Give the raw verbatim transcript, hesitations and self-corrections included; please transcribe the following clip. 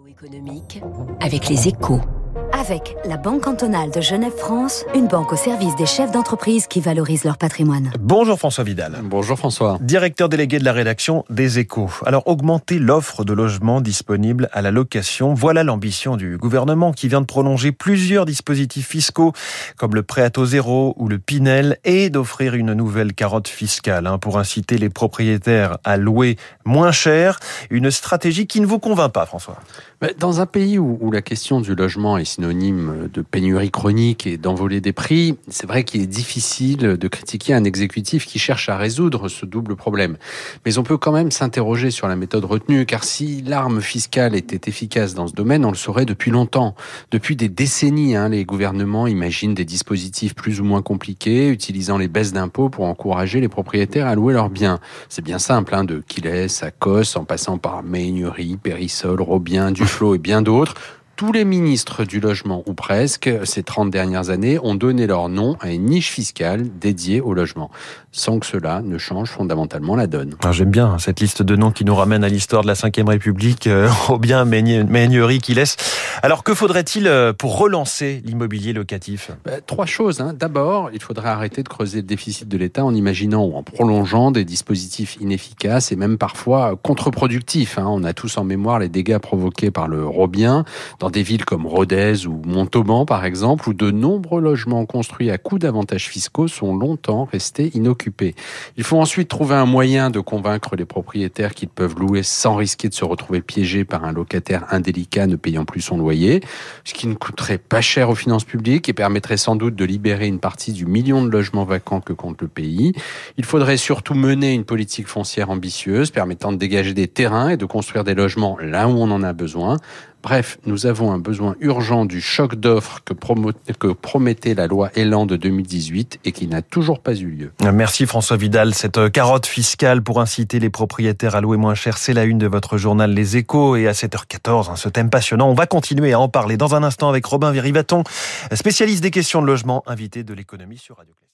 Économique avec les Échos. Avec la Banque cantonale de Genève-France, une banque au service des chefs d'entreprise qui valorisent leur patrimoine. Bonjour François Vidal. Bonjour François. Directeur délégué de la rédaction des Échos. Alors, augmenter l'offre de logements disponibles à la location, voilà l'ambition du gouvernement qui vient de prolonger plusieurs dispositifs fiscaux comme le prêt à taux zéro ou le Pinel et d'offrir une nouvelle carotte fiscale hein, pour inciter les propriétaires à louer moins cher. Une stratégie qui ne vous convainc pas, François? Dans un pays où, où la question du logement est synonyme de pénurie chronique et d'envolée des prix, c'est vrai qu'il est difficile de critiquer un exécutif qui cherche à résoudre ce double problème. Mais on peut quand même s'interroger sur la méthode retenue, car si l'arme fiscale était efficace dans ce domaine, on le saurait depuis longtemps. Depuis des décennies, hein, les gouvernements imaginent des dispositifs plus ou moins compliqués, utilisant les baisses d'impôts pour encourager les propriétaires à louer leurs biens. C'est bien simple, hein, de Quilez à Cos, en passant par Méhaignerie, Périssol, Robien, Duflot et bien d'autres. Tous les ministres du logement, ou presque, ces trente dernières années, ont donné leur nom à une niche fiscale dédiée au logement, sans que cela ne change fondamentalement la donne. Ah, j'aime bien cette liste de noms qui nous ramène à l'histoire de la cinquième République, euh, Robien, Méhaignerie, Quilez. Alors, que faudrait-il pour relancer l'immobilier locatif ? bah, Trois choses. Hein. D'abord, il faudrait arrêter de creuser le déficit de l'État en imaginant ou en prolongeant des dispositifs inefficaces et même parfois contre-productifs. Hein. On a tous en mémoire les dégâts provoqués par le Robien, dans des villes comme Rodez ou Montauban, par exemple, où de nombreux logements construits à coût d'avantages fiscaux sont longtemps restés inoccupés. Il faut ensuite trouver un moyen de convaincre les propriétaires qu'ils peuvent louer sans risquer de se retrouver piégés par un locataire indélicat ne payant plus son loyer, ce qui ne coûterait pas cher aux finances publiques et permettrait sans doute de libérer une partie du million de logements vacants que compte le pays. Il faudrait surtout mener une politique foncière ambitieuse permettant de dégager des terrains et de construire des logements là où on en a besoin. Bref, nous avons un besoin urgent du choc d'offres que, promo- que promettait la loi Elan de deux mille dix-huit et qui n'a toujours pas eu lieu. Merci François Vidal. Cette carotte fiscale pour inciter les propriétaires à louer moins cher, c'est la une de votre journal Les Échos. Et à sept heures quatorze, ce thème passionnant, on va continuer à en parler dans un instant avec Robin Virivaton, spécialiste des questions de logement, invité de l'économie sur Radio Classique.